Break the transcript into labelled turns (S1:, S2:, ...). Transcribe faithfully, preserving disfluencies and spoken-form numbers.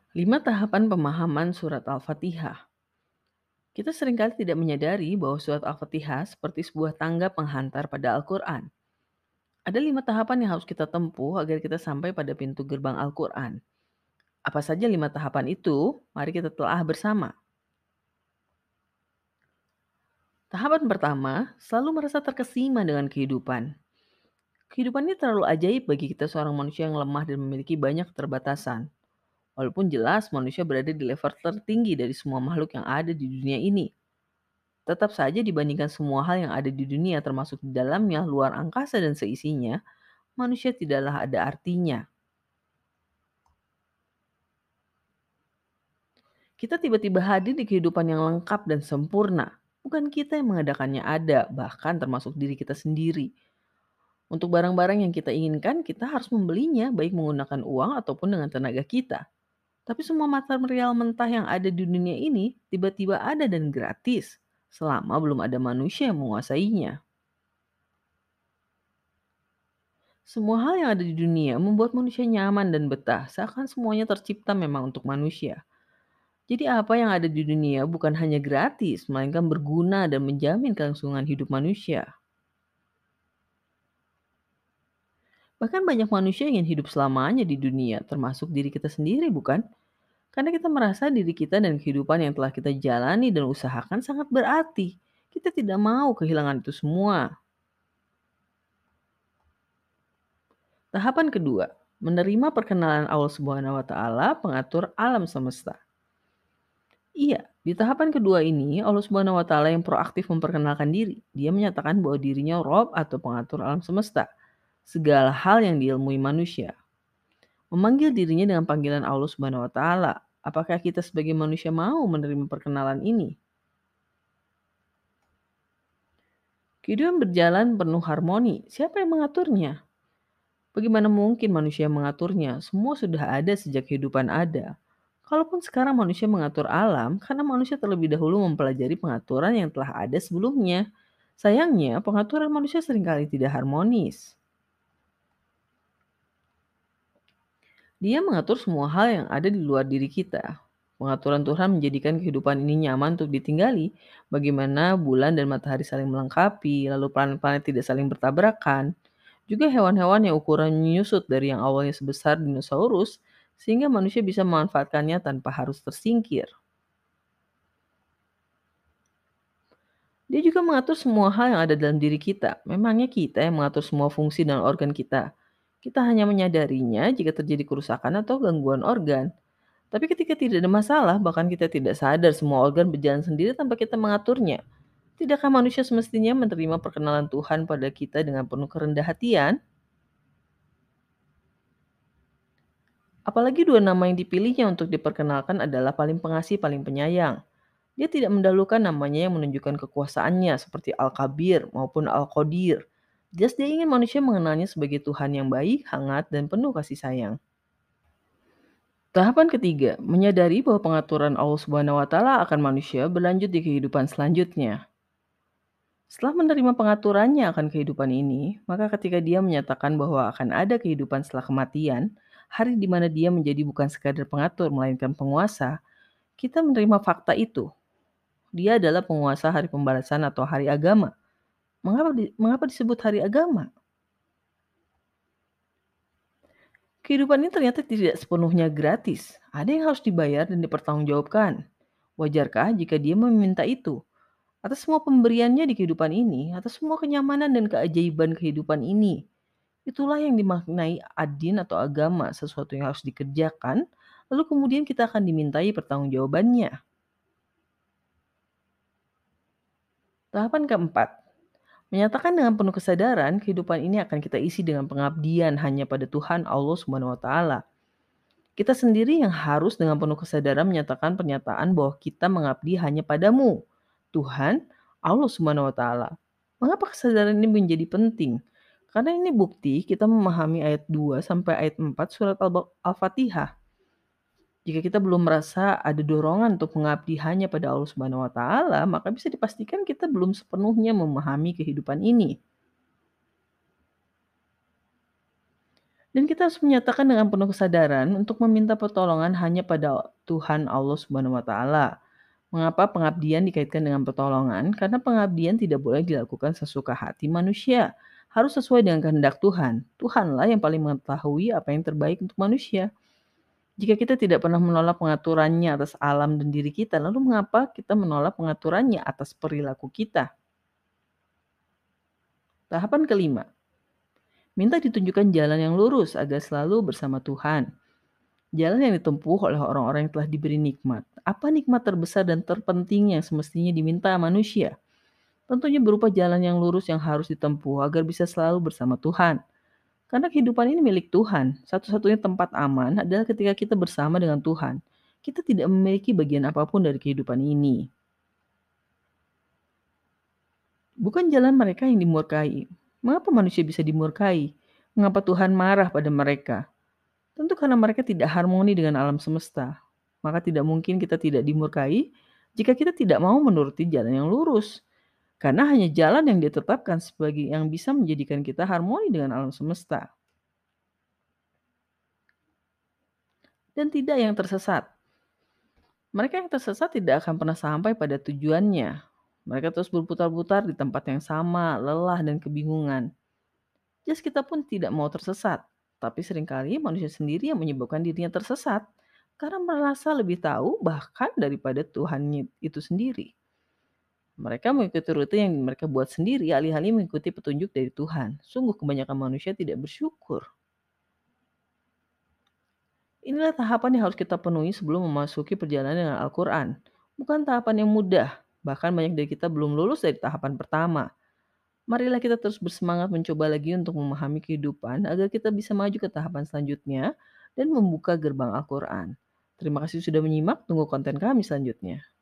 S1: Lima tahapan pemahaman surat Al-Fatihah. Kita seringkali tidak menyadari bahwa surat Al-Fatihah seperti sebuah tangga penghantar pada Al-Quran. Ada lima tahapan yang harus kita tempuh agar kita sampai pada pintu gerbang Al-Quran. Apa saja lima tahapan itu? Mari kita telah bersama. Tahapan pertama, selalu merasa terkesima dengan kehidupan. Kehidupan ini terlalu ajaib bagi kita seorang manusia yang lemah dan memiliki banyak keterbatasan. Walaupun jelas manusia berada di level tertinggi dari semua makhluk yang ada di dunia ini. Tetap saja dibandingkan semua hal yang ada di dunia termasuk di dalamnya, luar angkasa dan seisinya, manusia tidaklah ada artinya. Kita tiba-tiba hadir di kehidupan yang lengkap dan sempurna. Bukan kita yang mengadakannya ada, bahkan termasuk diri kita sendiri. Untuk barang-barang yang kita inginkan, kita harus membelinya baik menggunakan uang ataupun dengan tenaga kita. Tapi semua material mentah yang ada di dunia ini tiba-tiba ada dan gratis selama belum ada manusia yang menguasainya. Semua hal yang ada di dunia membuat manusia nyaman dan betah, seakan semuanya tercipta memang untuk manusia. Jadi apa yang ada di dunia bukan hanya gratis, melainkan berguna dan menjamin kelangsungan hidup manusia. Bahkan banyak manusia ingin hidup selamanya di dunia, termasuk diri kita sendiri bukan? Karena kita merasa diri kita dan kehidupan yang telah kita jalani dan usahakan sangat berarti. Kita tidak mau kehilangan itu semua. Tahapan kedua, menerima perkenalan Allah Subhanahu wa taala, pengatur alam semesta. Iya, di tahapan kedua ini Allah Subhanahu wa taala yang proaktif memperkenalkan diri. Dia menyatakan bahwa dirinya Rob atau pengatur alam semesta. Segala hal yang diilmui manusia. Memanggil dirinya dengan panggilan Allah Subhanahu wa taala. Apakah kita sebagai manusia mau menerima perkenalan ini? Kehidupan berjalan penuh harmoni. Siapa yang mengaturnya? Bagaimana mungkin manusia yang mengaturnya? Semua sudah ada sejak kehidupan ada. Kalaupun sekarang manusia mengatur alam, karena manusia terlebih dahulu mempelajari pengaturan yang telah ada sebelumnya. Sayangnya, pengaturan manusia seringkali tidak harmonis. Dia mengatur semua hal yang ada di luar diri kita. Pengaturan Tuhan menjadikan kehidupan ini nyaman untuk ditinggali. Bagaimana bulan dan matahari saling melengkapi, lalu planet-planet tidak saling bertabrakan. Juga hewan-hewan yang ukurannya menyusut dari yang awalnya sebesar dinosaurus, sehingga manusia bisa memanfaatkannya tanpa harus tersingkir. Dia juga mengatur semua hal yang ada dalam diri kita. Memangnya kita yang mengatur semua fungsi dan organ kita. Kita hanya menyadarinya jika terjadi kerusakan atau gangguan organ. Tapi ketika tidak ada masalah, bahkan kita tidak sadar semua organ berjalan sendiri tanpa kita mengaturnya. Tidakkah manusia semestinya menerima perkenalan Tuhan pada kita dengan penuh kerendah hatian? Apalagi dua nama yang dipilihnya untuk diperkenalkan adalah paling pengasih, paling penyayang. Dia tidak mendahulukan namanya yang menunjukkan kekuasaannya seperti Al-Kabir maupun Al-Qadir. Jelas dia ingin manusia mengenalnya sebagai Tuhan yang baik, hangat, dan penuh kasih sayang. Tahapan ketiga, menyadari bahwa pengaturan Allah Subhanahu wa taala akan manusia berlanjut di kehidupan selanjutnya. Setelah menerima pengaturannya akan kehidupan ini, maka ketika dia menyatakan bahwa akan ada kehidupan setelah kematian, hari di mana dia menjadi bukan sekadar pengatur melainkan penguasa, kita menerima fakta itu. Dia adalah penguasa hari pembalasan atau hari agama. Mengapa di- mengapa disebut hari agama? Kehidupan ini ternyata tidak sepenuhnya gratis. Ada yang harus dibayar dan dipertanggungjawabkan. Wajarkah jika dia meminta itu? Atas semua pemberiannya di kehidupan ini, atas semua kenyamanan dan keajaiban kehidupan ini. Itulah yang dimaknai adin atau agama, sesuatu yang harus dikerjakan, lalu kemudian kita akan dimintai pertanggungjawabannya. Tahapan keempat, menyatakan dengan penuh kesadaran kehidupan ini akan kita isi dengan pengabdian hanya pada Tuhan Allah Subhanahu wa taala. Kita sendiri yang harus dengan penuh kesadaran menyatakan pernyataan bahwa kita mengabdi hanya padamu, Tuhan Allah Subhanahu wa taala. Mengapa kesadaran ini menjadi penting? Karena ini bukti kita memahami ayat dua sampai ayat empat surat Al- Al-Fatihah. Jika kita belum merasa ada dorongan untuk mengabdi hanya pada Allah Subhanahu wa taala, maka bisa dipastikan kita belum sepenuhnya memahami kehidupan ini. Dan kita harus menyatakan dengan penuh kesadaran untuk meminta pertolongan hanya pada Tuhan Allah Subhanahu wa taala. Mengapa pengabdian dikaitkan dengan pertolongan? Karena pengabdian tidak boleh dilakukan sesuka hati manusia. Harus sesuai dengan kehendak Tuhan. Tuhanlah yang paling mengetahui apa yang terbaik untuk manusia. Jika kita tidak pernah menolak pengaturannya atas alam dan diri kita, lalu mengapa kita menolak pengaturannya atas perilaku kita? Tahapan kelima, minta ditunjukkan jalan yang lurus agar selalu bersama Tuhan. Jalan yang ditempuh oleh orang-orang yang telah diberi nikmat. Apa nikmat terbesar dan terpenting yang semestinya diminta manusia? Tentunya berupa jalan yang lurus yang harus ditempuh agar bisa selalu bersama Tuhan. Karena kehidupan ini milik Tuhan. Satu-satunya tempat aman adalah ketika kita bersama dengan Tuhan. Kita tidak memiliki bagian apapun dari kehidupan ini. Bukan jalan mereka yang dimurkai. Mengapa manusia bisa dimurkai? Mengapa Tuhan marah pada mereka? Tentu karena mereka tidak harmoni dengan alam semesta. Maka tidak mungkin kita tidak dimurkai jika kita tidak mau menuruti jalan yang lurus. Karena hanya jalan yang ditetapkan sebagai yang bisa menjadikan kita harmoni dengan alam semesta. Dan tidak yang tersesat. Mereka yang tersesat tidak akan pernah sampai pada tujuannya. Mereka terus berputar-putar di tempat yang sama, lelah dan kebingungan. Jas kita pun tidak mau tersesat, tapi seringkali manusia sendiri yang menyebabkan dirinya tersesat karena merasa lebih tahu bahkan daripada Tuhan itu sendiri. Mereka mengikuti rute yang mereka buat sendiri alih-alih mengikuti petunjuk dari Tuhan. Sungguh kebanyakan manusia tidak bersyukur. Inilah tahapan yang harus kita penuhi sebelum memasuki perjalanan dengan Al-Quran. Bukan tahapan yang mudah, bahkan banyak dari kita belum lulus dari tahapan pertama. Marilah kita terus bersemangat mencoba lagi untuk memahami kehidupan agar kita bisa maju ke tahapan selanjutnya dan membuka gerbang Al-Quran. Terima kasih sudah menyimak, tunggu konten kami selanjutnya.